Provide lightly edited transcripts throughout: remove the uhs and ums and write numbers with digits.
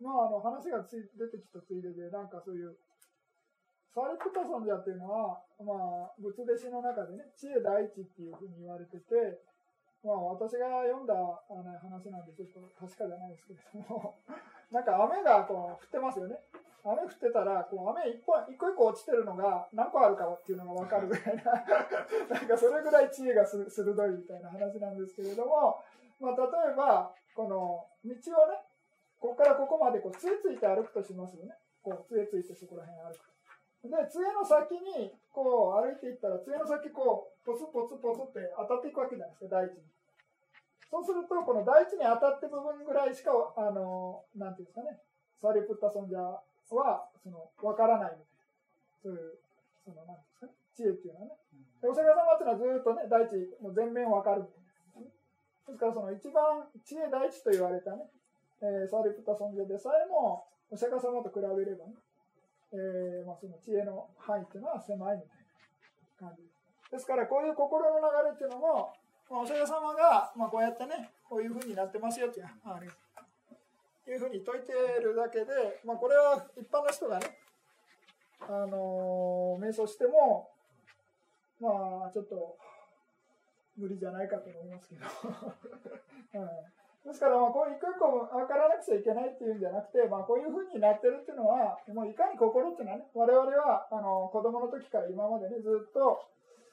話が出てきたついでで、なんかそういうサリプタ尊者っていうのは、仏弟子の中でね、知恵第一っていうふうに言われてて、私が読んだ話なんでちょっと確かじゃないですけれども、なんか雨がこう降ってますよね。雨降ってたら、こう雨一個一個落ちてるのが何個あるかっていうのが分かるぐらいな、なんかそれぐらい知恵が鋭いみたいな話なんですけれども、例えば、この道をね、ここからここまでこう杖ついて歩くとしますよね。こう杖ついてそこら辺歩く。で、杖の先にこう歩いていったら、杖の先こうポツポツポツって当たっていくわけじゃないですか、大地に。そうすると、この大地に当たって部分ぐらいしか、なんていうんですかね、サリプッタ尊者は分からないみたいな、そういうなんですかね、知恵っていうのはね。でお釈迦様っていうのはずっとね、大地の全面分かるみたいな。ですから一番知恵第一と言われたね、サリプッタ尊者でさえもお釈迦様と比べればね、その知恵の範囲っていうのは狭いみたいな感じです。ですからこういう心の流れっていうのも、お釈迦様が、こうやってね、こういう風になってますよっていうふうに説いてるだけで、これは一般の人がね、瞑想しても、ちょっと無理じゃないかと思いますけど、ですから、こう一個一個分からなくちゃいけないっていうんじゃなくて、こういうふうになってるっていうのは、もういかに心っていうのはね、我々は子供の時から今までね、ずっと、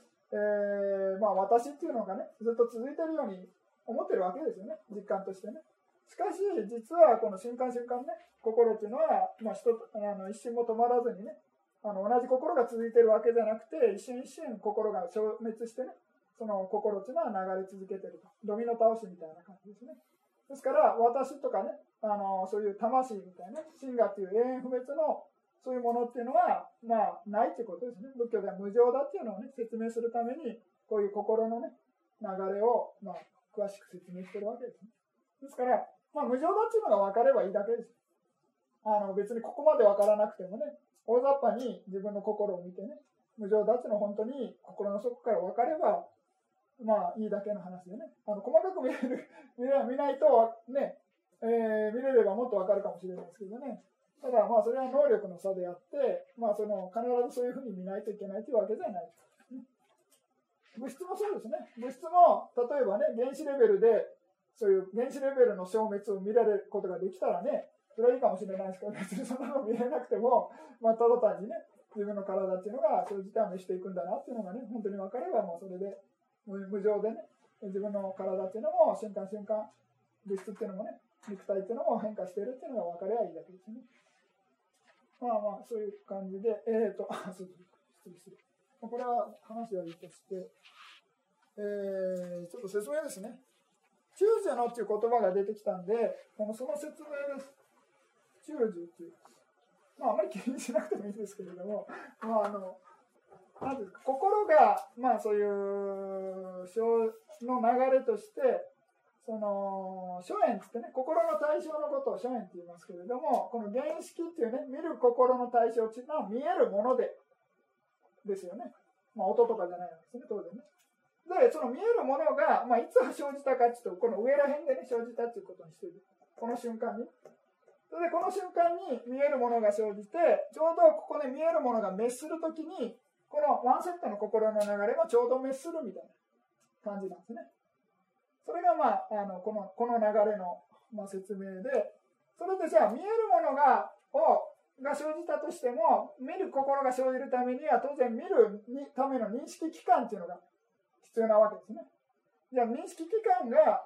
私っていうのがね、ずっと続いてるように思ってるわけですよね、実感としてね。しかし、実はこの瞬間瞬間ね、心っていうのは、一瞬も止まらずにね、同じ心が続いてるわけじゃなくて、一瞬一瞬心が消滅してね、その心っていうのは流れ続けてると。ドミノ倒しみたいな感じですね。ですから、私とかね、そういう魂みたいな、真我っていう永遠不滅のそういうものっていうのは、ないってことですね。仏教では無常だっていうのをね、説明するために、こういう心のね、流れを、詳しく説明してるわけですね。ですから、無常だっていうのが分かればいいだけです。別にここまで分からなくてもね、大雑把に自分の心を見てね、無常だっていうのを本当に心の底から分かれば、いいだけの話でね、細かく見ないとね、見れればもっと分かるかもしれないですけどね。ただそれは能力の差であって、必ずそういうふうに見ないといけないというわけじゃない。物質もそうですね。物質も例えばね、原子レベルでそういう原子レベルの消滅を見られることができたらね、それはいいかもしれないですけど、別にそんなの見れなくても、ただ単にね、自分の体っていうのがそういう事態を見せていくんだなっていうのがね、本当に分かれば、それで無常でね、自分の体っていうのも瞬間瞬間、物質っていうのもね、肉体っていうのも変化しているっていうのが分かればいいだけですね。そういう感じで、失礼。これは話はいいとして、ちょっと説明ですね。中樹のっていう言葉が出てきたんで、その説明です。中樹っていう。あまり気にしなくてもいいんですけれども、なんていうか、心が、そういうの流れとして、諸縁ってってね、心の対象のことを諸縁って言いますけれども、この原式っていうね、見る心の対象っていうのは見えるものですよね。音とかじゃないんですね、当然ね。で、その見えるものが、いつ生じたかっていうと、この上ら辺でね、生じたっていうことにしている。この瞬間に。それで、この瞬間に見えるものが生じて、ちょうどここで見えるものが滅するときに、このワンセットの心の流れもちょうど滅するみたいな感じなんですね。それが、この流れの、説明で、それでじゃあ見えるものが生じたとしても、見る心が生じるためには、当然見るための認識期間っていうのが必要なわけですね。じゃあ認識期間が、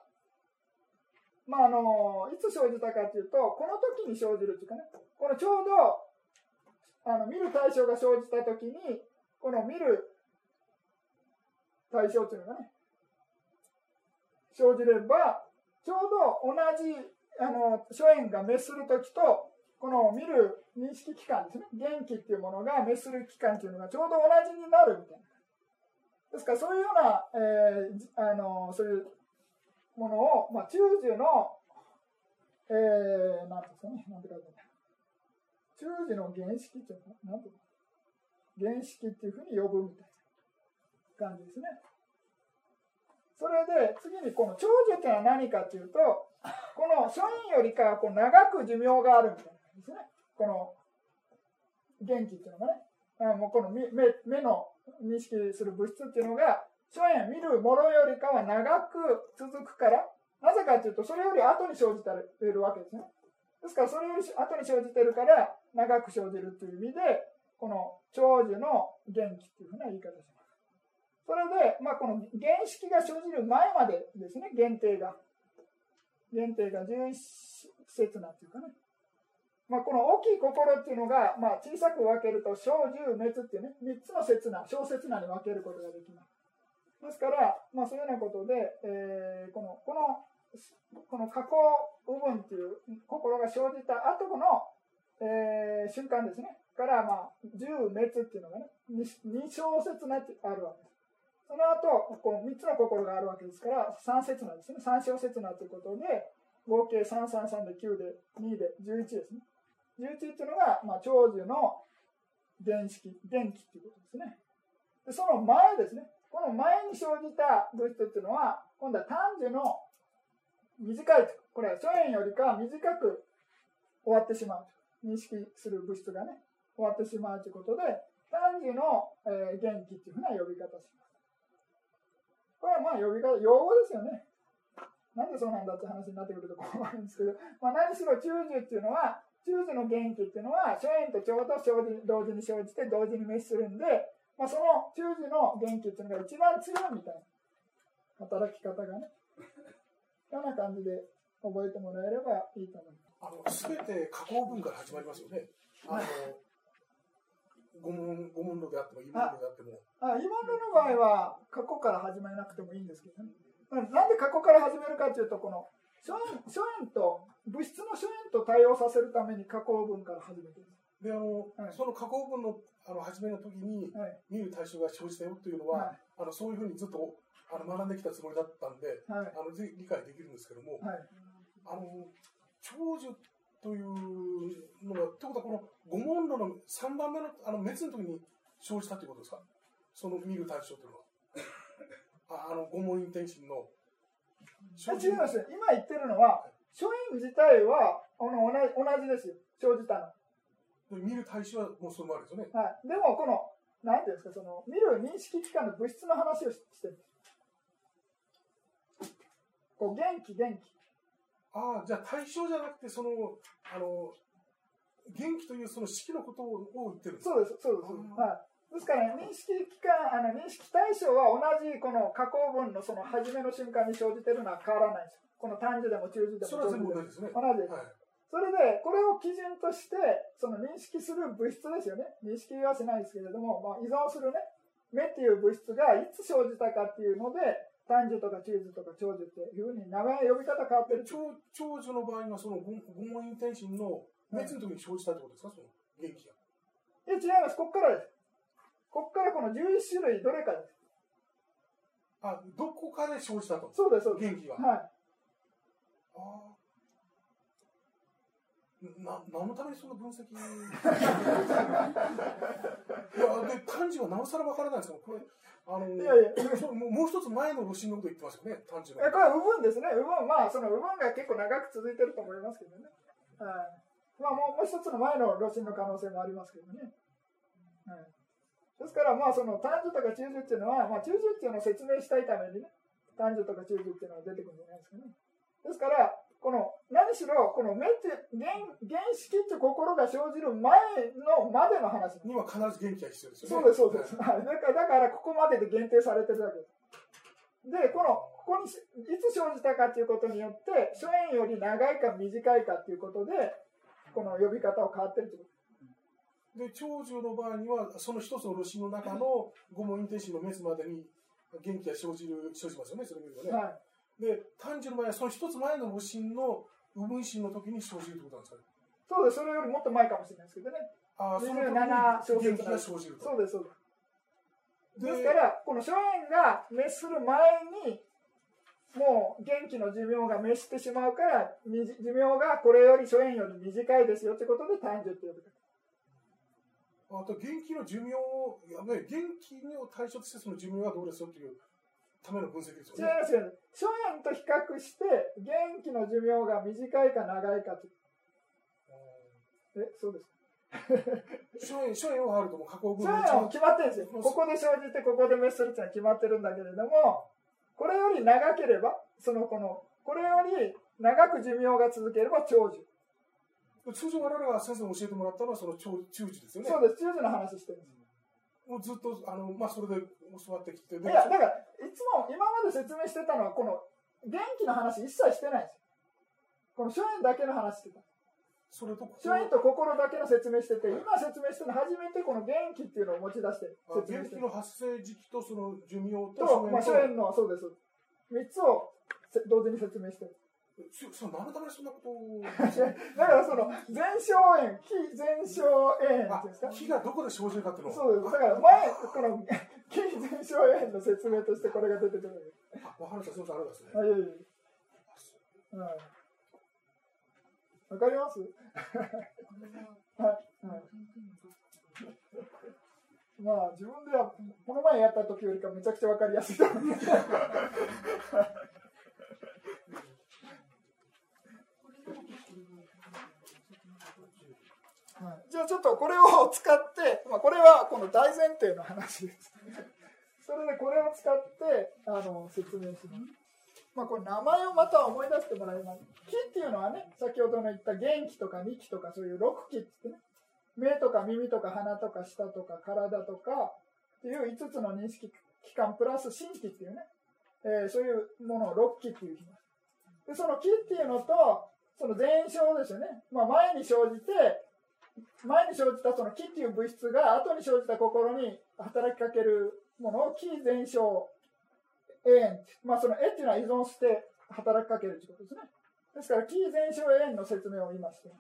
いつ生じたかというと、この時に生じるというかね、このちょうど見る対象が生じた時に、この見る対象というのがね、生じれば、ちょうど同じ諸縁が滅する時と、この見る認識期間ですね、元気っていうものが滅する期間というのがちょうど同じになるみたいな。ですからそういうような、そういうものを、中樹の、なんですかね、なんて書いてある中樹の原式っていうのは、なんていうの原式っていうふうに呼ぶみたいな感じですね。 それで次にこの長寿っていうのは何かというと、この初院よりかはこう長く寿命があるみたいな感じですね。この元気っていうのがね、もうこの目の認識する物質っていうのが初院見るものよりかは長く続くから、なぜかというとそれより後に生じているわけですね。ですからそれより後に生じているから長く生じるという意味で、この長寿の元気というふうな言い方をします。それで、この原式が生じる前までですね、限定が11節なんていうかね、この大きい心っていうのが、小さく分けると小十滅っていうね、3つの刹那、小刹那に分けることができます。ですから、そういうようなことで、この過去部分っていう心が生じた後の、瞬間ですね、から十滅っていうのがね、2小刹那ってあるわけです。その後、3つの心があるわけですから、3刹那ですね、3小刹那ということで、合計333で9で2で11ですね。11っていうのが、長寿の元気っていうことですね。でその前ですね、この前に生じた物質っていうのは、今度は短寿の短いと、これは初円よりか短く終わってしまうと、認識する物質がね、終わってしまうということで、短寿の元気っていうふうな呼び方をします。これは呼び方、用語ですよね。なんでそうなんだって話になってくると困るんですけど、何しろ中寿っていうのは、中寿の元気っていうのは、初円とちょうど同時に生じて同時に滅するんで、その中寿の元気っていうのが一番強いみたいな働き方がね、こんな感じで覚えてもらえればいいと思います。 すべて加工文から始まりますよね。五問論であっても異問論であっても。 異問論の場合は過去から始めなくてもいいんですけどね。なんで過去から始めるかというと、この初円と物質の初円と対応させるために加工文から始めている。 でその加工文の初めの時に見る対象が生じたよというのは、そういうふうにずっと学んできたつもりだったんで、理解できるんですけども、長寿というのは、ということはこの五問論の3番目の滅の時に生じたということですか、その見る対象というのは。五問因天心の違いますよ。今言ってるのは、初因自体は同じですよ、生じたの。 見る対象はもうそのままですよね。 でも、なんていうんですか、見る認識機関の物質の話をしてる。元気。じゃあ対象じゃなくて、元気というその式のことを言ってるんですか。 そうです。ですから、認識対象は同じこの加工文のその初めの瞬間に生じているのは変わらないです。この短寿でも中寿でもそれは全部同じですね。 同じです。それで、これを基準として、その認識する物質ですよね。認識はしないですけれども、依存するね、目っていう物質がいつ生じたかっていうので、短寿とか中寿とか長寿っていうふうに名前、呼び方変わってる。 長寿の場合は、その五問因天心の滅の時に生じたってことですか、その元気が。 いや、違います。ここからです。ここからこの11種類どれかです。 どこかで生じたと。 そうです、 元気が。何のためにその分析いや、で、単純はなおさら分からないんですけど、これ、もう一つ前の路線のこと言ってますよね、単純は。 これは右分ですね。右分、その右分が結構長く続いてると思いますけどね。もう一つの前の路線の可能性もありますけどね。ですから、その短寿とか中寿っていうのは、中寿っていうのを説明したいためにね、短寿とか中寿っていうのが出てくるんじゃないですかね。ですから、何しろ、この目って原式って心が生じる前のまでの話には必ず元気が必要ですよね。 そうです。だからここまでで限定されてるわけです。で、ここにいつ生じたかということによって、初円より長いか短いかということで、この呼び方を変わってるということで、長寿の場合には、その一つの路線の中の五問因天心の滅までに元気が生じますよね、それ見るとね。で、短寿の場合は、その一つ前の路線の右分心の時に生じるということなんですかね。 そうです、それよりもっと前かもしれないですけどね。27小節元気が生じると。 そうです。ですから、この初円が滅する前に、もう元気の寿命が滅してしまうから、寿命がこれより初円より短いですよということで、短寿って呼ぶ。 あと元気の寿命を、元気を対象としてその寿命はどうですよというための分析です違いよね。 ますよね。初演と比較して、元気の寿命が短いか長いかと。そうです。 初演はあるともう加工分初演は決まってるんですよ。ここで生じて、ここで滅するっていうのは決まってるんだけれども、これより長ければ、これより長く寿命が続ければ長寿。 通常我々が先生に教えてもらったのはその中寿ですよね。 そうです。中寿の話してるんです。 もうずっとそれで教わってきて。 いや、だから、いつも今まで説明してたのは、この元気の話一切してないんですよ。この初演だけの話してた。 それと初演と心だけの説明してて、今説明してるの初めてこの元気っていうのを持ち出して説明してる。 元気の発生時期とその寿命と初演の、そうです。3つを同時に説明してる。 何のためにそんなことをだからその前哨炎、非前哨炎っていうんですか、 気がどこで生じるかっていうのを。 そうです。だから前、この非前哨炎の説明としてこれが出てくる。 わかりました。すみません、あれですね。 いやいやいや。わかりますはい。まあ自分ではこの前やった時よりかめちゃくちゃわかりやすいと思います。じゃあちょっとこれを使って、これはこの大前提の話です。それでこれを使って説明します。これ名前をまた思い出してもらいます。気っていうのはね、先ほどの言った元気とか2気とかそういう6気ってね、目とか耳とか鼻とか舌とか体とかっていう5つの認識器官プラス心気っていうね、そういうものを6気っていう気ます。で、その気っていうのと、その前哨ですよね。前に生じたその気っていう物質が後に生じた心に働きかけるものを気前哨炎、その絵っていうのは依存して働きかけるということですね。ですから、気前哨炎の説明を今しています。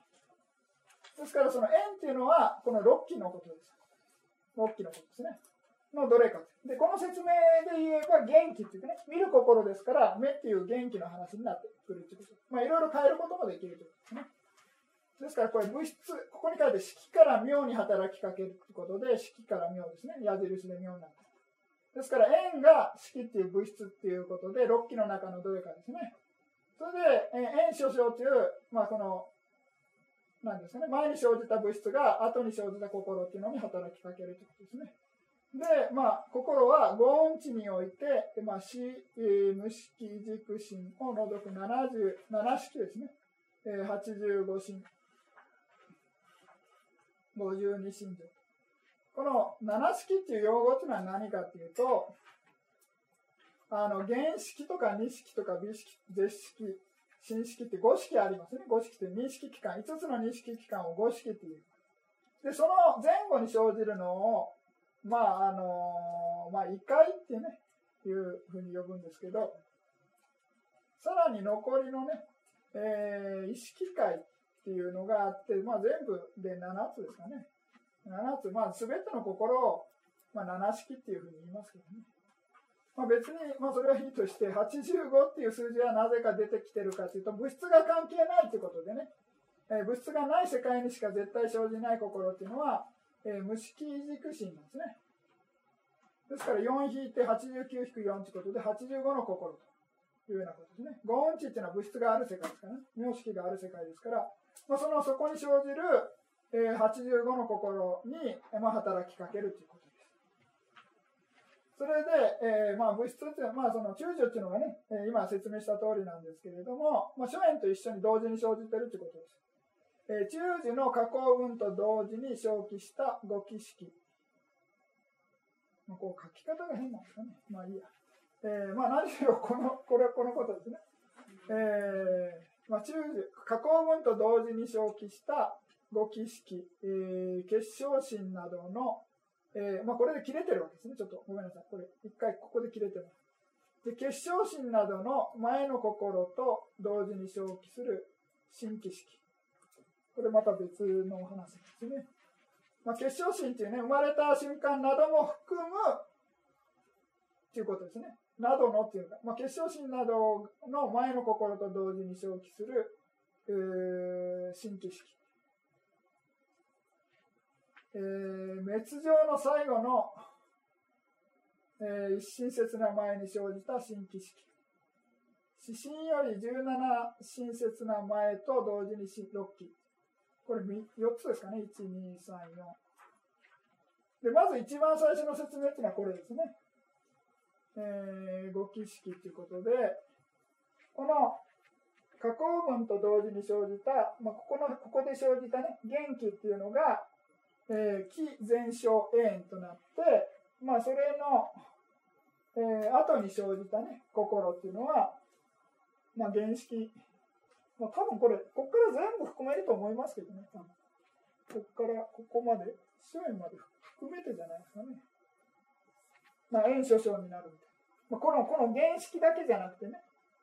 ですから、その炎っていうのは、この6気のことです。6気のことですね。のどれか。で、この説明で言えば、元気っていうね、見る心ですから、目っていう元気の話になってくるということ。いろいろ変えることもできるということですね。ですから、これ物質、ここに書いて、色から妙に働きかけるということで、色から妙ですね。矢印で妙になる。ですから、円が色っていう物質っていうことで、6気の中のどれかですね。それで、円諸症という、この、なんですかね、前に生じた物質が後に生じた心っていうのに働きかけるということですね。で、心は五音地において、無識軸心を除く77式ですね。85心、52心情。この七式っていう用語っていうのは何かっていうと、原式とか二式とか微式、絶式、新式って5式ありますね。5式って認識器官、5つの認識器官を5式っていう。で、その前後に生じるのを、異界ってね、いうふうに呼ぶんですけど、さらに残りのね、意識界っていうのがあって、全部で7つですかね。7つ、すべての心を、7式っていうふうに言いますけどね。別に、それはいいとして、85っていう数字はなぜか出てきてるかというと、物質が関係ないということでね、物質がない世界にしか絶対生じない心っていうのは、無識軸心なんですね。ですから、4引いて89引く4ということで、85の心というようなことですね。五音地っていうのは物質がある世界ですからね。名式がある世界ですから、そこに生じる85の心に、働きかけるということです。それで、物質っていうのは、その中寿っていうのがね、今説明した通りなんですけれども、初演と一緒に同時に生じているということです。中寿の加工分と同時に生起した五気式。こう書き方が変なんですかね。いいや。何しろこのことですね。中寿、加工分と同時に生起した五気式、結晶心などの、これで切れてるわけですね。ちょっとごめんなさい。これ、一回ここで切れてます。で、結晶心などの前の心と同時に生起する心気式。これまた別のお話ですね。結晶心っていうね、生まれた瞬間なども含むっていうことですね。などのっていうか、結晶心などの前の心と同時に生起する、心気式。滅情の最後の、 一親切な前に生じた新規式。指針より17親切な前と同時に6期。これ4つですかね。1、2、3、4。で、まず一番最初の説明っていうのはこれですね。5期式ということで、この下項文と同時に生じた、ここで生じたね、元気っていうのが、気前生永遠となって、それの、後に生じたね、心っていうのは、原式、多分ここから全部含めると思いますけどね、ここからここまで、周囲まで含めてじゃないですかね。円諸生になるんで。この原式だけじゃなくてね、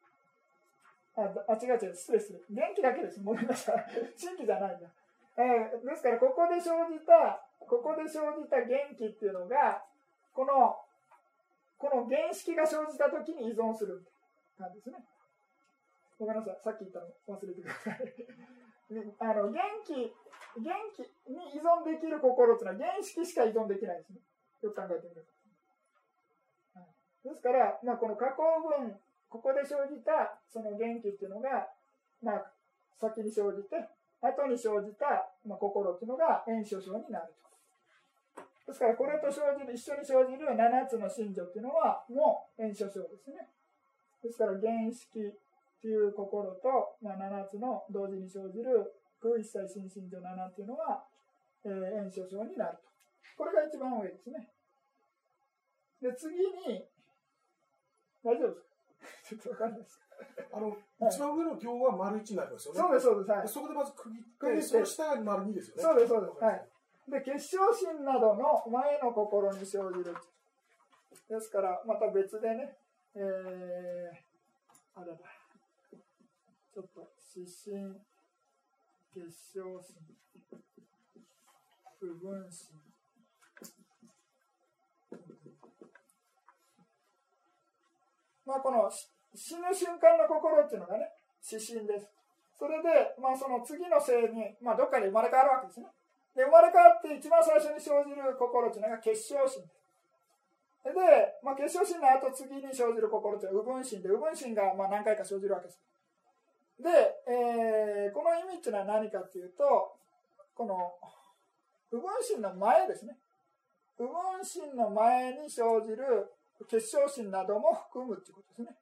違う、失礼。元気だけです。ごめんなさい。新規じゃないんだ。ですから、ここで生じた元気っていうのが、この原式が生じたときに依存する感じですね。ごめんなさい。さっき言ったの忘れてください。元気に依存できる心っていうのは原式しか依存できないですね。よく考えてみると。ですから、この下項文、ここで生じたその元気っていうのが、先に生じて、後に生じた、心っていうのが円諸生になると。ですから、これと一緒に生じる7つの心情っていうのは、もう円諸生ですね。ですから、原式っていう心と、7つの同時に生じる空一切心心情7っていうのは、円諸生になると。これが一番上ですね。で、次に、大丈夫ですか？ちょっとわかんないです。 一番上の行は丸1になりますよね。 そうです、そうです。はい、 そこでまず区切って、その下が丸2ですよね。 そうです、そうです。はい。で、結晶心などの前の心に生じる。ですから、また別でね、あれだ。ちょっと、指針、結晶心、部分心。この死ぬ瞬間の心っていうのがね、指針です。それで、その次の世に、どっかで生まれ変わるわけですね。で、生まれ変わって一番最初に生じる心っていうのが結晶心です。で、結晶心の後次に生じる心っていうのは右分心で、右分心が何回か生じるわけです。で、この意味っていうのは何かっていうと、この右分心の前ですね。右分心の前に生じる結晶心なども含むということですね。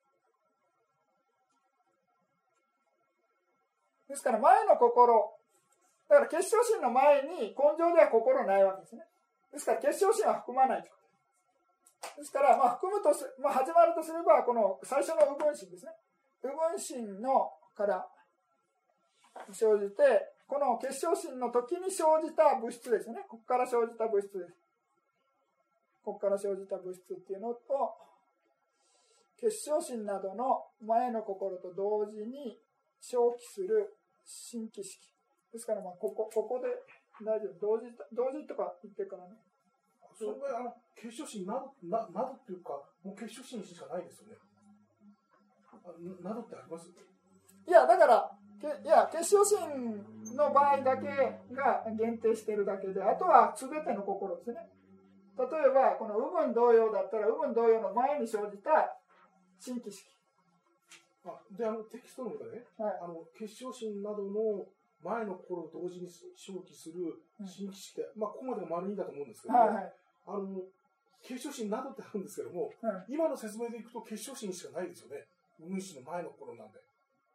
ですから前の心、だから結晶心の前に根性では心ないわけですね。ですから結晶心は含まないということです。ですから、含むと始まるとすれば、この最初の右分心ですね。右分心のから生じて、この結晶心の時に生じた物質ですね。ここから生じた物質です。ここから生じた物質っていうのと、結晶心などの前の心と同時に生起する新規式。ですから、ここで大丈夫。同時とか言ってからね。 それは結晶心などっていうか、もう結晶心しかないですよね。などってあります？ いや、だから、結晶心の場合だけが限定しているだけで、あとは全ての心ですね。例えば、この右分同様だったら、右分同様の前に生じた新規式。 で、テキストの中でね、結晶心などの前の心と同時に生起する新規式って、ここまでが丸2だと思うんですけども、結晶心などってあるんですけども、今の説明でいくと結晶心しかないですよね。右分心の前の心なんで。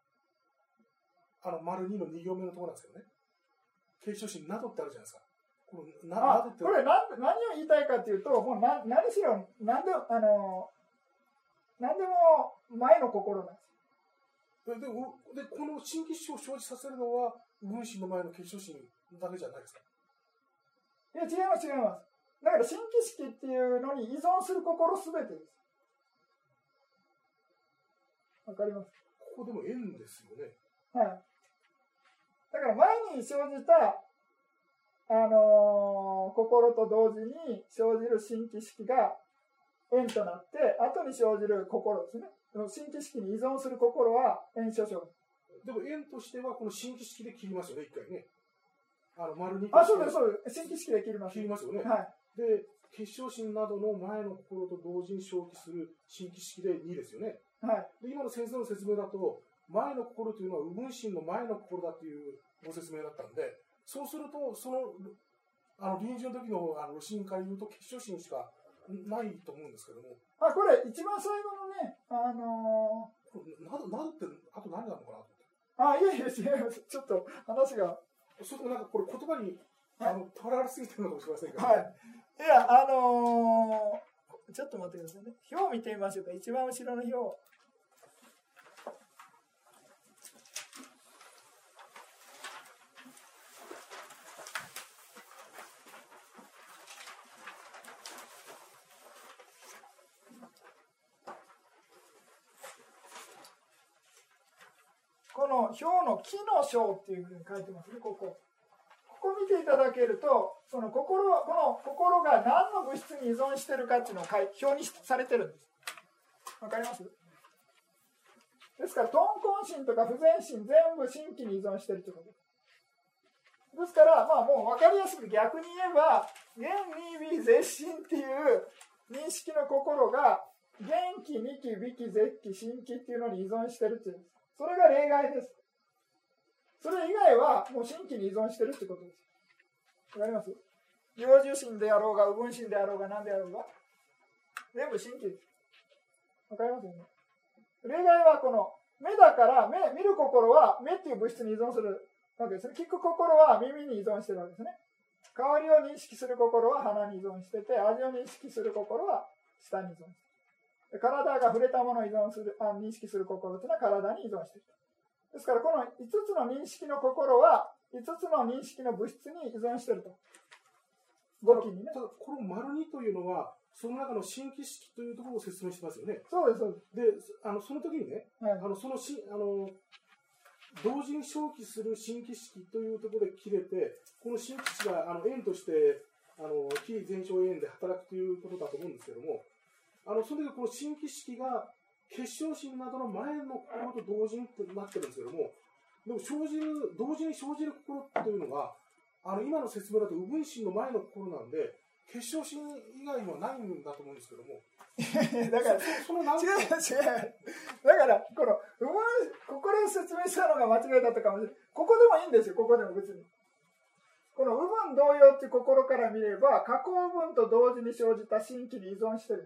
丸2の2行目のところなんですけどね。結晶心などってあるじゃないですか。これ何を言いたいかというと、もう何しろ、何でも前の心なんです。 で、この新規式を生じさせるのは、右分心の前の結晶心だけじゃないですか。 いや、違います。だから新規式っていうのに依存する心すべてです。わかります？ ここでも縁ですよね。 はい。だから前に生じた、心と同時に生じる新規式が縁となって、後に生じる心ですね。新規式に依存する心は縁諸生。 でも縁としてはこの新規式で切りますよね、一回ね。丸2 そうです。新規式で切ります。 切りますよね。 はい。 で、 結晶心などの前の心と同時に生起する新規式で2ですよね。 はい。 で今の先生の説明だと、前の心というのは右分心の前の心だというご説明だったんで、そうすると、その臨終の時の露心から言うと結晶心しかないと思うんですけども。 これ、一番最後のね、 などって、あと何なのかなと思って。 いやいや、違います。ちょっと話が。 それともなんかこれ言葉に、とらわれすぎてるのかもしれませんけど、 はい。いや、ちょっと待ってくださいね。表を見てみましょうか。一番後ろの表。この表の木の章っていうふうに書いてますね、ここ見ていただけると、この心が何の物質に依存しているかっていうのを表にされてるんです。わかります？ですから、豚根心とか不全心、全部心気に依存しているということです。ですから、もう分かりやすく逆に言えば、元二微絶心っていう認識の心が、元気、二気、微気、絶気、心気っていうのに依存しているっていうんです。それが例外です。それ以外はもう心気に依存しているってことです。わかります？領受心であろうが、右分心であろうが、何であろうが、全部心気です。わかりますよね。例外はこの目だから見る心は目っていう物質に依存するわけですね。聞く心は耳に依存してるわけですね。香りを認識する心は鼻に依存してて、味を認識する心は舌に依存してる。体が触れたものを認識する心というのは体に依存している。ですからこの5つの認識の心は5つの認識の物質に依存していると。語気にね。 ただこの丸2というのはその中の新規式というところを説明してますよね。 そうですそうです。 で、その時にね、 はい、 同時に生起する新規式というところで切れて、この新規式が円として非全小円で働くということだと思うんですけども、その時この新規式が結晶心などの前の心と同時にとなってるんですけども、でも同時に生じる心というのが今の説明だと右分心の前の心なんで結晶心以外にはないんだと思うんですけども。 だからその違う。 だからこのこれを説明したのが間違いだったかもしれない。ここでもいいんですよ。ここでも別に。この右分同様っていう心から見れば下項分と同時に生じた心気に依存してるんです。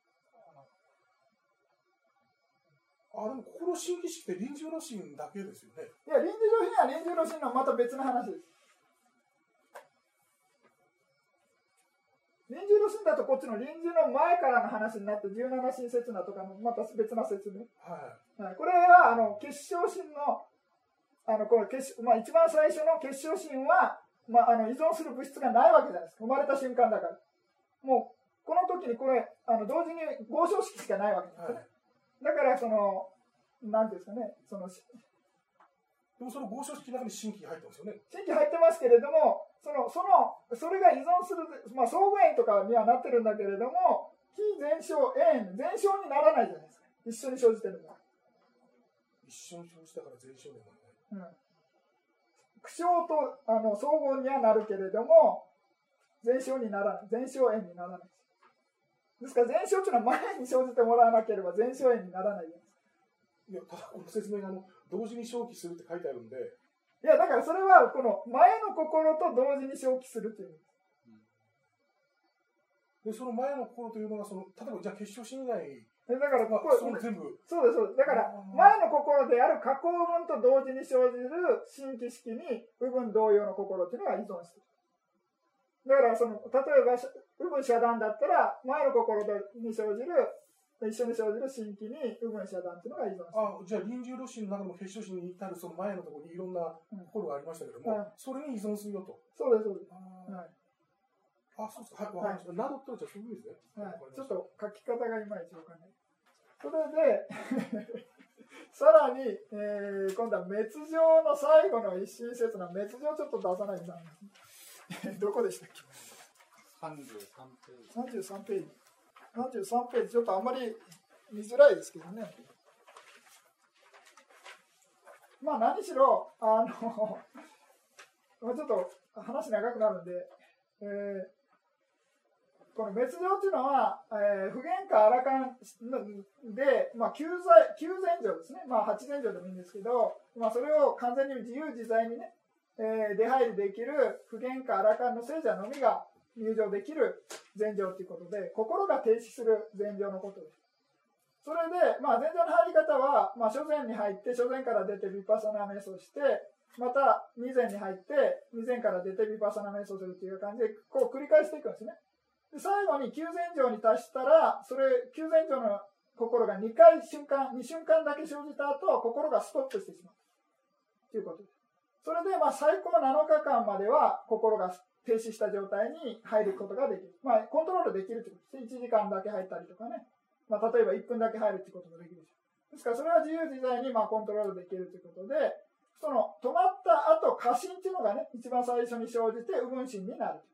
でもここの新規式って臨終の心だけですよね。 いや、臨終の心は臨終の心のまた別の話です。臨終の心だとこっちの臨終の前からの話になって17心刹那とかのまた別な説明。 はいはい、これは結晶心の一番最初の結晶心は、依存する物質がないわけじゃないですか。生まれた瞬間だから。もうこの時にこれ同時に合唱式しかないわけですね。はい、だからなんていうんですかね、 でもその合唱式の中に新規入ってますよね。 新規入ってますけれども、それが依存する、相互縁とかにはなってるんだけれども、非全小縁、全小にならないじゃないですか。一緒に生じてるから。 一緒に生じたから全小にならない。 苦笑と相互にはなるけれども、全小にならない。全小縁にならない。ですから全小というのは前に生じてもらわなければ全小縁にならないです。 いや、ただこの説明が同時に生起するって書いてあるんで。 いや、だからそれはこの前の心と同時に生起するっていう。 で、その前の心というのが例えばじゃあ結晶心以外。 だからこその全部。 そうです。だから前の心である下項分と同時に生じる新規式に右分同様の心というのが依存している。だから例えば右分遮断だったら前の心に生じる一緒に生じる新規に右分遮断というのが依存している。 じゃあ臨終露心の中の結晶心に至るその前のところにいろんな心がありましたけども、それに依存するよと。 そうですそうです。はい。 そうですか。はい。などってのはじゃあそういう意味ですね。 はい。ちょっと書き方がいまいちわかんない。それでさらに、今度は滅情の最後の一心説の滅情ちょっと出さないとダメです。どこでしたっけ？33ページ。33ページ、ちょっとあんまり見づらいですけどね。何しろ、ちょっと話長くなるんで、 この滅情っていうのは、不言か荒勘で、救善情ですね。八善情でもいいんですけど、それを完全に自由自在にね、出入りできる不言か荒勘の聖者のみが入場できる禅情ということで、心が停止する禅情のことです。それで、禅情の入り方は、初禅に入って、初禅から出てヴィパッサナ瞑想して、また二禅に入って、二禅から出てヴィパッサナ瞑想するっていう感じで、こう繰り返していくんですね。で最後に九禅定に達したら、それ、九禅定の心が2瞬間だけ生じた後、心がストップしてしまう。ということです。それで、最高7日間までは、心が停止した状態に入ることができる。コントロールできるということです。1時間だけ入ったりとかね。例えば1分だけ入るということができる。ですから、それは自由自在にコントロールできるということで、その止まった後、過信っていうのがね、一番最初に生じて、右分心になる。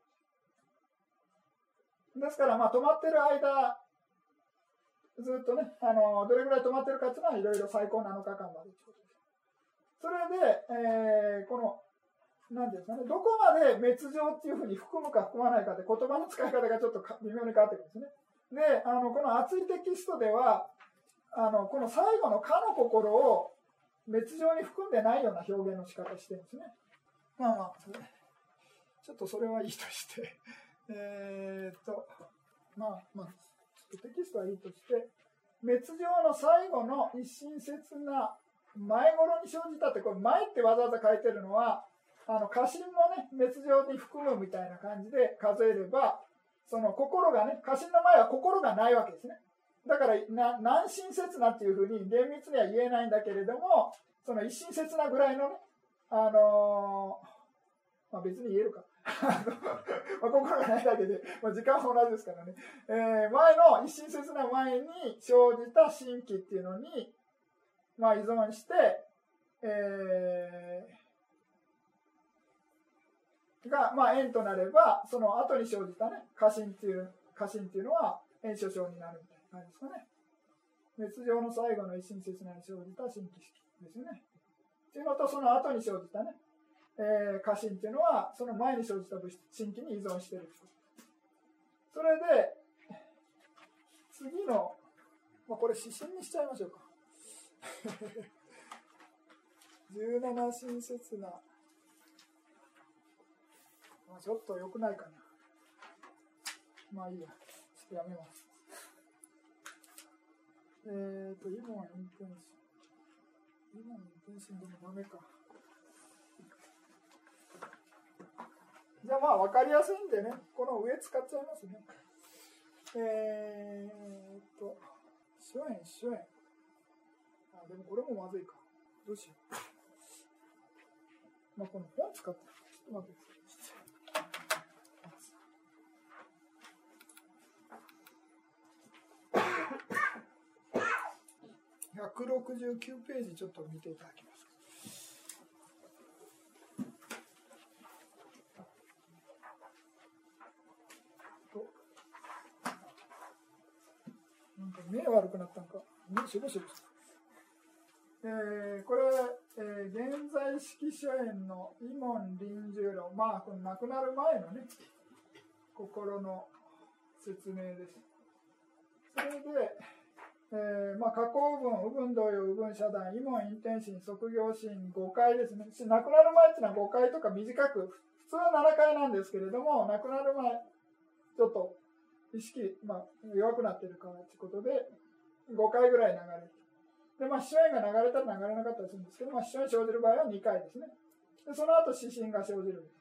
ですから、止まってる間、ずっとね、どれぐらい止まってるかっていうのは、いろいろ最高7日間までということです。それで、この、なんていうんですかね、どこまで滅情っていうふうに含むか含まないかで、言葉の使い方がちょっと微妙に変わってくるんですね。で、この熱いテキストでは、この最後のかの心を滅情に含んでないような表現の仕方してるんですね。ちょっとそれはいいとして、ちょっとテキストはいいとして、滅情の最後の一親切な前頃に生じたって、これ前ってわざわざ書いてるのは、過信もね、滅情に含むみたいな感じで数えれば、その心がね、過信の前は心がないわけですね。だから、何親切なっていうふうに厳密には言えないんだけれども、その一親切なぐらいのね、別に言えるか。心がないだけで、時間は同じですからね。前の一親切な前に生じた心機っていうのに、依存して、が、縁となれば、その後に生じたね、過信っていうのは、縁所生になるみたいな感じですかね。滅情の最後の一親切なに生じた心機式ですよね。っていうのと、その後に生じたね、過信っていうのは、その前に生じた心機に依存している。それで、次の、これ指針にしちゃいましょうか。17親切な、ちょっと良くないかな。いいや。ちょっとやめます。イモンインテンシン。イモンインテンシンでもダメか。じゃあ分かりやすいんでね、この上使っちゃいますね。主演。でもこれもまずいか。どうしよう。この本使って、ちょっと待ってください。169ページちょっと見ていただきます。なんか目悪くなったんか。しぼしぼ。これ、現在式書園のイモン臨終論、この亡くなる前のね、心の説明です。それで、加工文、右分動揺、右分遮断、イモン、インテンシン、即行心、5回ですね。亡くなる前っていうのは5回とか短く、普通は7回なんですけれども、亡くなる前、ちょっと意識、弱くなってるからということで、5回ぐらい流れる。で、主演が流れたら流れなかったりするんですけど、主演生じる場合は2回ですね。で、その後、指針が生じるんです。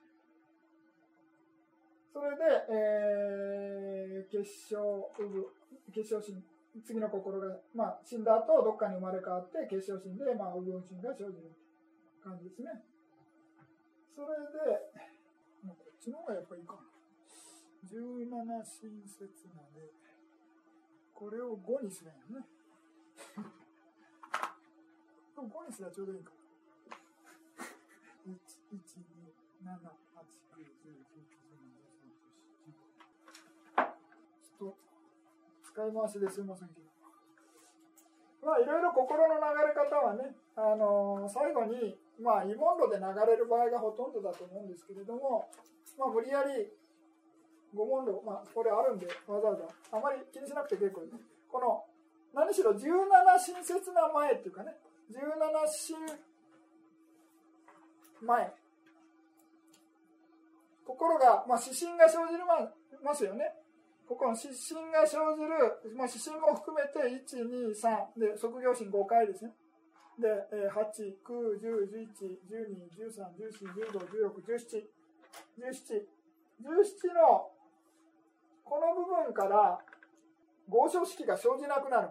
それで、結晶心、次の心が、死んだ後、どっかに生まれ変わって、結晶心で、右分心が生じる感じですね。それで、こっちの方がやっぱりいいかな。17親切なで、これを5にするんやね。5にすればちょうどいいかな。1、2、7、8、9、10、11、12、13、14、15。ちょっと、使い回しですいませんけど。いろいろ心の流れ方はね、最後に、異問路で流れる場合がほとんどだと思うんですけれども、無理やり、 五問路、これあるんでわざわざあまり気にしなくて結構です。この何しろ17親切な前っていうかね、17親前、心が、指針が生じますよね。ここの指針が生じる、指針も含めて1、2、3で即行心5回ですね。で、8、9、10、11、12、13、14、15、16、17、17のこの部分から合唱式が生じなくなる。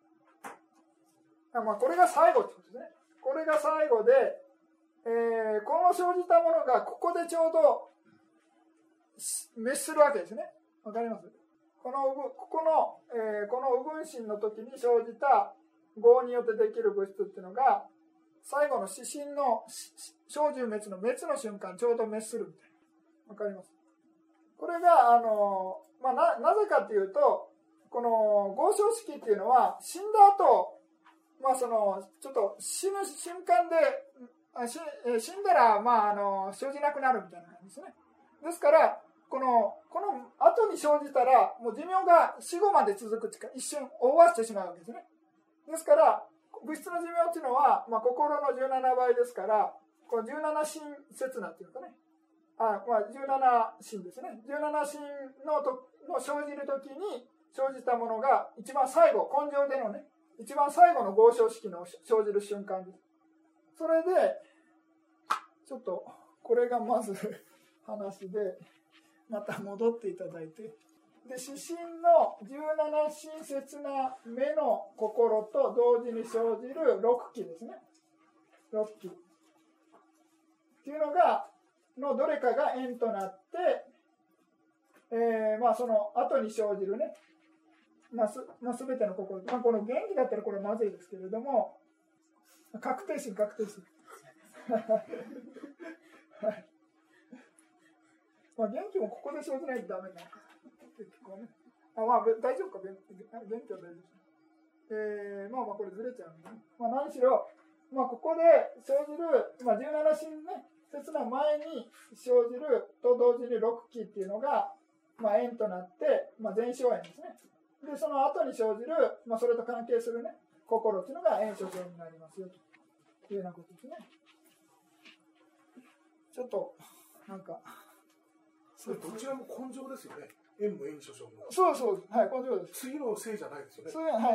これが最後ってことですね。これが最後で、この生じたものがここでちょうど滅するわけですね。わかります？この右分心の時に生じた業によってできる物質っていうのが最後の指針の小十滅の滅の瞬間ちょうど滅するみたいな。わかります？これがなぜかっていうと、この合唱式っていうのは死んだ後、ちょっと死ぬ瞬間で死んだら生じなくなるみたいな感じですね。ですからこの後に生じたらもう寿命が死後まで続く一瞬終わってしまうわけですね。ですから物質の寿命っていうのは、心の17倍ですから、この17心刹那っていうかね、17心ですね。17心の生じるときに生じたものが一番最後、根性でのね、一番最後の合唱式の生じる瞬間です。それで、ちょっとこれがまず話で、また戻っていただいて、で指針の17親切な目の心と同時に生じる6期ですね。6期っていうのがのどれかが縁となって、その後に生じるね、全ての心、この元気だったらこれまずいですけれども、確定心はい。元気もここで生じないとダメなのか。結構ね。大丈夫か、元気は大丈夫です。これずれちゃうんでね。何しろ、ここで生じる、17心ね、切な前に生じると同時に6期っていうのが、縁となって、前生縁ですね。で、その後に生じる、それと関係するね、心っていうのが縁所生になりますよというようなことですね。ちょっと、 それどちらも根性ですよね。縁も縁所生も。 そう、はい、根性です。 次のせいじゃないですよね。 はい。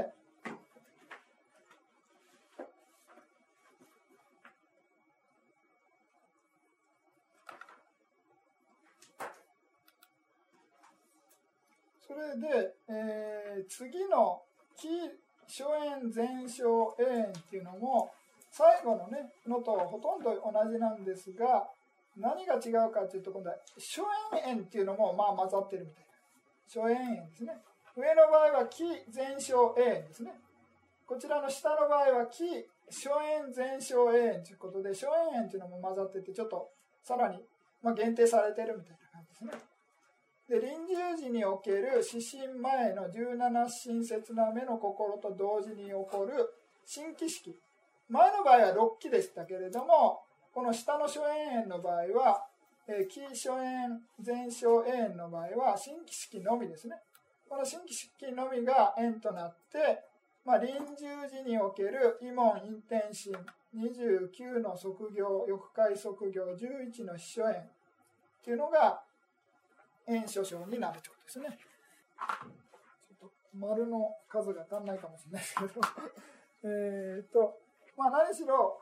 それで、次の起初縁前生縁っていうのも最後のねのとほとんど同じなんですが、何が違うかというと、今度は初縁縁っていうのも混ざってるみたいな。初縁縁ですね。上の場合は起前生縁ですね。こちらの下の場合は起初縁前生縁ということで、初縁縁っていうのも混ざってて、ちょっとさらに限定されてるみたいな感じですね。で、臨終時における指針前の17親切な目の心と同時に起こる新起式。前の場合は6期でしたけれども、この下の初縁縁の場合は、起初縁前生縁の場合は新起式のみですね。この新起式のみが縁となって、臨終時における異門陰天心29の即行、欲界即行11の秘書縁っていうのが縁所生になるということですね。ちょっと丸の数が足んないかもしれないですけど、何しろ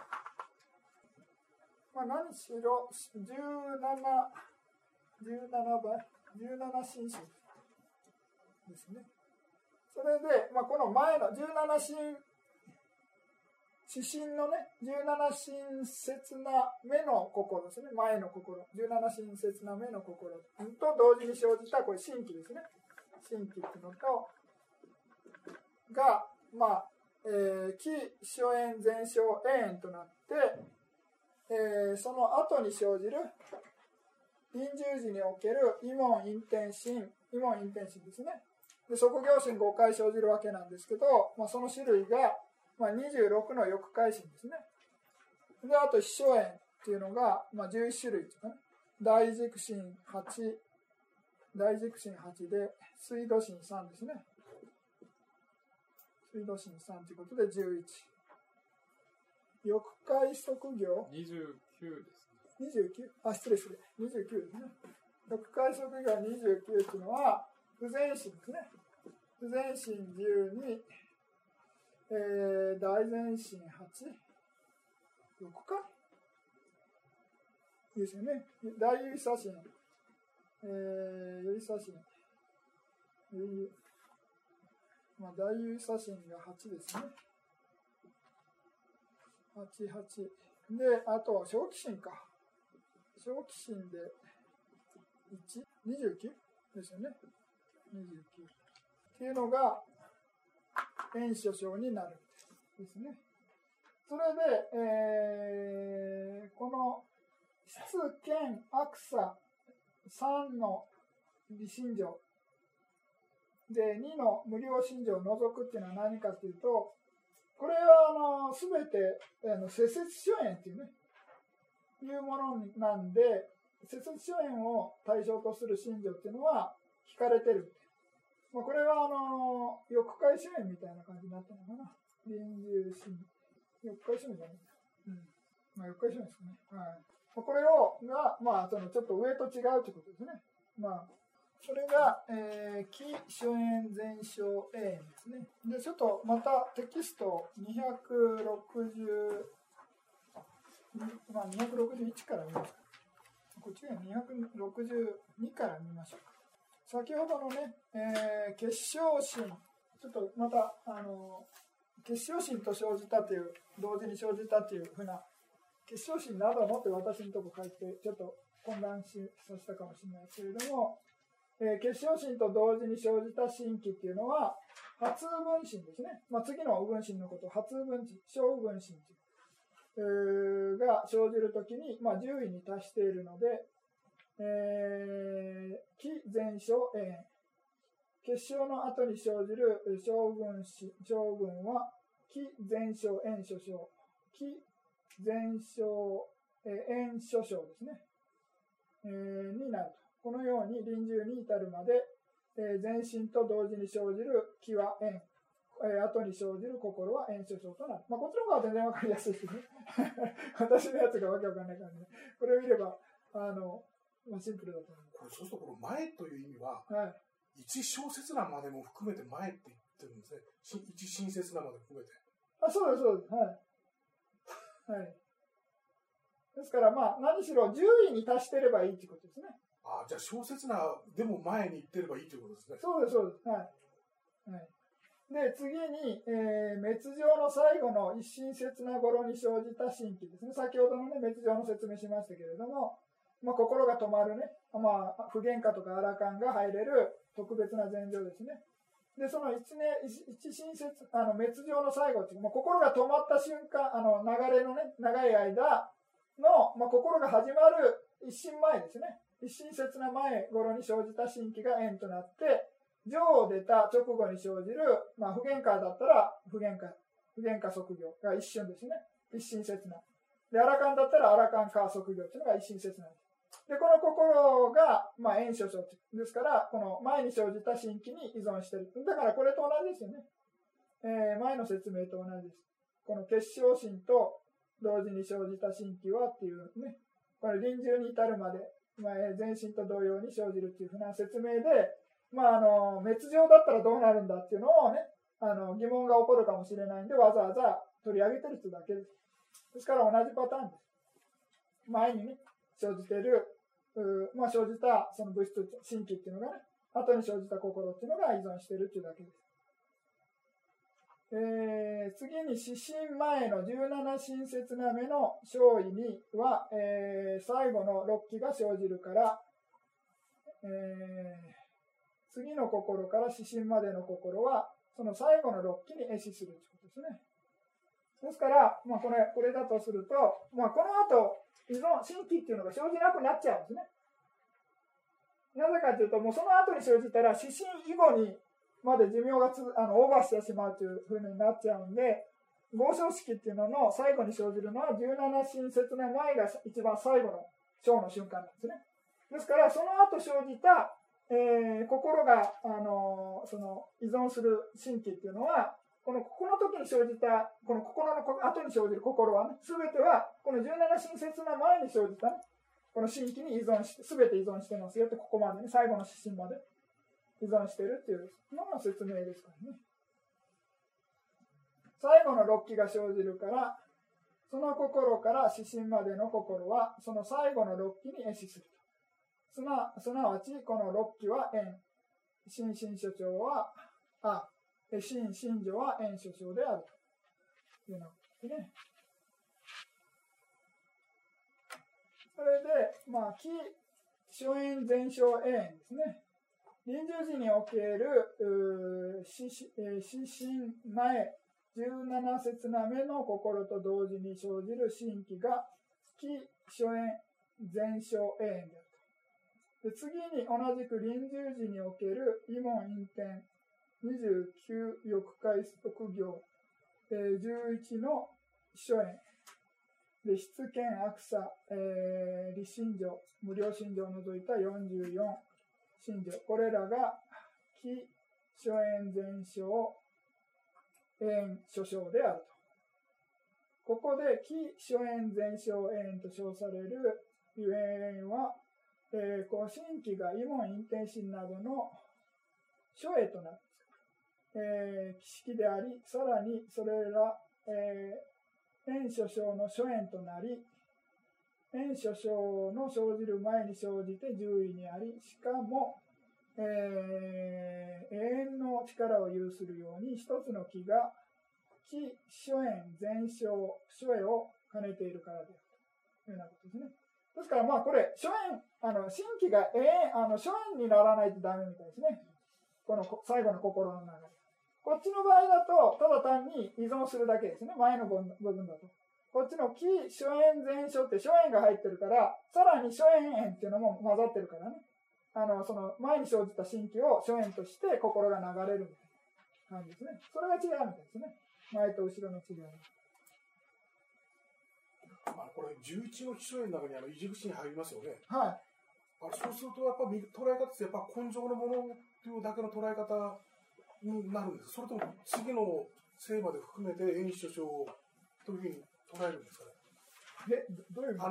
17心身ですね。それで、この前の17心指針のね、17親切な目の心ですね。前の心。17親切な目の心と同時に生じた、これ新規ですね。新規っていうのと、が、起初縁前生縁となって、その後に生じる臨終時における異門陰天心ですね。で、即行心5回生じるわけなんですけど、その種類が、26の欲界心ですね。で、あと秘書縁っていうのが、11種類ですね。大軸心8、 大軸心8で、水道心3ですね。水道心3ということで11。翼界測業 29ですね。 29、失礼。29ですね。翼界測業29というのは、不全心ですね。不全心12、大全心8、翼界いいですよね。大有差心、有差心、大有差心が8ですね。8。で、あとは小気心か。小気心で29ですよね。29。っていうのが、円所掌になるんですね。それで、この質見悪差3の理心情で2の無料心情を除くっていうのは何かというと、これはすべて摂摂諸縁っていうね、いうものなんで、摂摂諸縁を対象とする心情っていうのは引かれてる。これは翼界諸縁みたいな感じになってるのかな。臨終心。翼界諸縁じゃないんだ。翼界諸縁ですね。はい。これが、ちょっと上と違うということですね。それが、気諸縁前哨永遠ですね。で、ちょっとまたテキスト261から見ますか。こっちが262から見ましょうか。先ほどのね、結晶心、ちょっとまた、結晶心と生じたという、同時に生じたというふうな、結晶心などのって私のとこ書いて、ちょっと混乱させたかもしれないですけれども、結晶心と同時に生じた心気っていうのは、発分心ですね。次の右分心のことを発分心、小分心が生じるときに、10位に達しているので、気前哨永遠。結晶の後に生じる小分は、気前哨延所小。気前哨延所小ですね。になると。このように臨終に至るまで、前身と同時に生じる気は縁。後に生じる心は延所小となる。こっちの方が全然わかりやすいですね。私のやつがわけわかんないからね。これを見れば、シンプルだと思う。 これそうすると、この前という意味は、 はい、 一小節なまでも含めて前って言ってるんですね。一親切なまで含めて。 そうです。はい。はい。ですから、何しろ10位に達してればいいってことですね。 じゃあ小節なでも前に行ってればいいということですね。 そうです。はい。で、次に、滅情の最後の一親切な頃に生じた心気ですね。先ほどのね、滅情の説明しましたけれども、心が止まるね、不喧嘩とかアラカンが入れる特別な前情ですね。で、その一親切、滅情の最後っていう、心が止まった瞬間、流れのね、長い間の、心が始まる一心前ですね。一親切な前頃に生じた心気が縁となって、情を出た直後に生じる、不喧嘩だったら不喧嘩即業が一瞬ですね。一親切な。で、アラカンだったらアラカンカ即業っていうのが一親切な。で、この心が、縁所掌ですから、この前に生じた心気に依存している。だからこれと同じですよね。前の説明と同じです。この結晶心と同時に生じた心気はっていうね、これ臨終に至るまで、全身と同様に生じるっていうふうな説明で、滅情だったらどうなるんだっていうのをね、疑問が起こるかもしれないんで、わざわざ取り上げてるってだけです。ですから同じパターンです。前にね、生じている、生じたその物質、心気っていうのがね、後に生じた心っていうのが依存しているっていうだけです。次に指針前の17親切な目の勝意には、最後の6期が生じるから、次の心から指針までの心はその最後の6期に壊死するということですね。ですから、これだとすると、この後依存、心気っていうのが生じなくなっちゃうんですね。なぜかというと、もうその後に生じたら指針以後にまで寿命がオーバーしてしまうというふうになっちゃうんで、合唱式っていうのの最後に生じるのは17親切な前が一番最後の章の瞬間なんですね。ですから、その後生じた、 心がその依存する心機っていうのは、この時に生じた、この心の後に生じる心はね、すべてはこの17親切の前に生じたね、この心機に依存して、すべて依存してますよって、ここまでね、最後の指針まで依存しているっていうのの説明ですからね。最後の6期が生じるから、その心から指針までの心は、その最後の6期に壊死すると。すなわち、この6期は縁、心身所長は、心身所は縁所長であるというのですね。それで、気所縁前生縁ですね。臨終時における指針前17節な目の心と同時に生じる心機が気所縁前生縁であると。で、次に同じく臨終時における異門陰天29欲界6行、11の所縁で、出見悪さ、利心情、無料心情を除いた44心情、これらが気所縁前生縁所生であると。ここで気所縁前生縁と称されるゆえんは、こう心機が異門陰天心などの所縁となる、気式であり、さらにそれら、縁所生の所縁となり、縁所生の生じる前に生じて獣医にあり、しかも、永遠の力を有するように、一つの木が気所縁前生所縁を兼ねているからであるというようなことですね。ですからこれ所縁心機が所縁にならないとダメみたいですね。この最後の心の流れ。こっちの場合だとただ単に依存するだけですね。前の部分だと。こっちの気所縁前生って所縁が入ってるから、さらに所縁縁っていうのも混ざってるからね。その前に生じた心機を所縁として心が流れるみたいな感じですね。それが違うみたいですね。前と後ろの違い。 これ11の基礎縁の中に異軸心入りますよね。 はい。 そうするとやっぱ捉え方ってやっぱ根性のものというだけの捉え方になるんです。それとも次の生まで含めて縁所生というふうに捉えるんですかね。 どういう意味？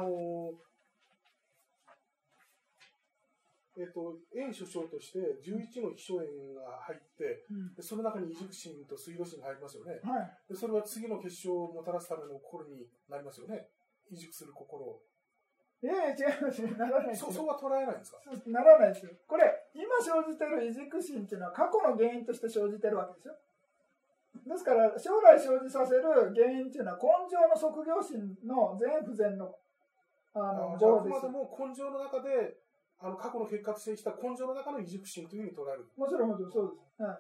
縁所生として11の基礎縁が入って、その中に異軸心と水道心が入りますよね。 はい、 でそれは次の結晶をもたらすための心になりますよね。異軸する心を。 違いますね。ならないです。 そうは捉えないんですか？ ならないですよ。これ、今生じている異軸心っていうのは過去の原因として生じてるわけですよ。ですから、将来生じさせる原因っていうのは根性の即業心の全不全のあくまでも根性の中で過去の結果としてきた根性の中の異軸心というふうに捉える。 もちろんそうです。はい、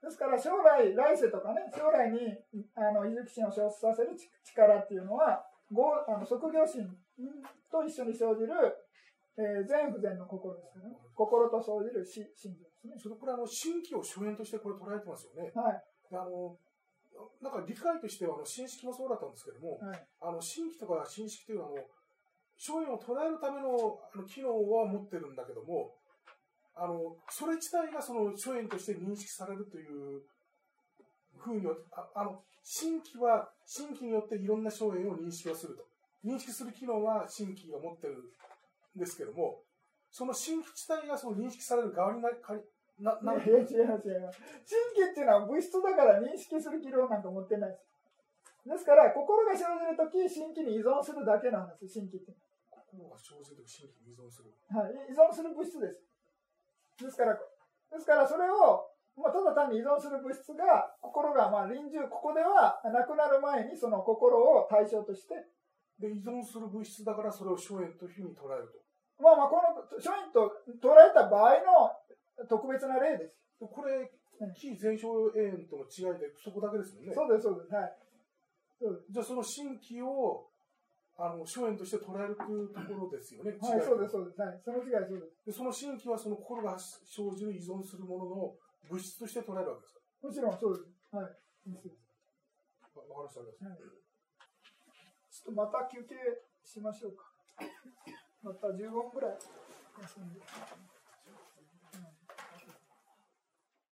ですから将来来世とかね、将来に異軸心を生じさせる力っていうのは即業心と一緒に生じる、全不全の心ですからね。心と生じる心情ですね。 それこれ心機を所縁としてこれ捉えてますよね。 はい。 なんか理解としては心識もそうだったんですけども、 はい、 心機とか心識というのは所縁を捉えるための機能は持ってるんだけども、それ自体がその所縁として認識されるというふうには、心機は心機によっていろんな所縁を認識はすると。認識する機能は心機が持ってるんですけども、その心機自違がその認識される側になる。 違います。心機っていうのは物質だから認識する機能なんか持ってないです。ですから、心が生じるとき、心機に依存するだけなんです、心機って。 心が生じるとき、心機に依存する。 はい、依存する物質です。ですからそれを、ただ単に依存する物質が、心が臨終、ここでは亡くなる前にその心を対象として、 で、依存する物質だからそれを所縁というふうに捉えると。 この所縁と捉えた場合の特別な例です。 これ、非前生縁との違いでそこだけですもんね。 そうです、そうです。はい。 じゃあその心機を所縁として捉えるというところですよね。 はい、そうです、そうです。はい、その違いそうです。 で、その心機はその心が生じる依存するものの物質として捉えるわけですか？ もちろんそうです。はい。わかりました。はい、 ちょっとまた休憩しましょうか。また15分ぐらい休んで。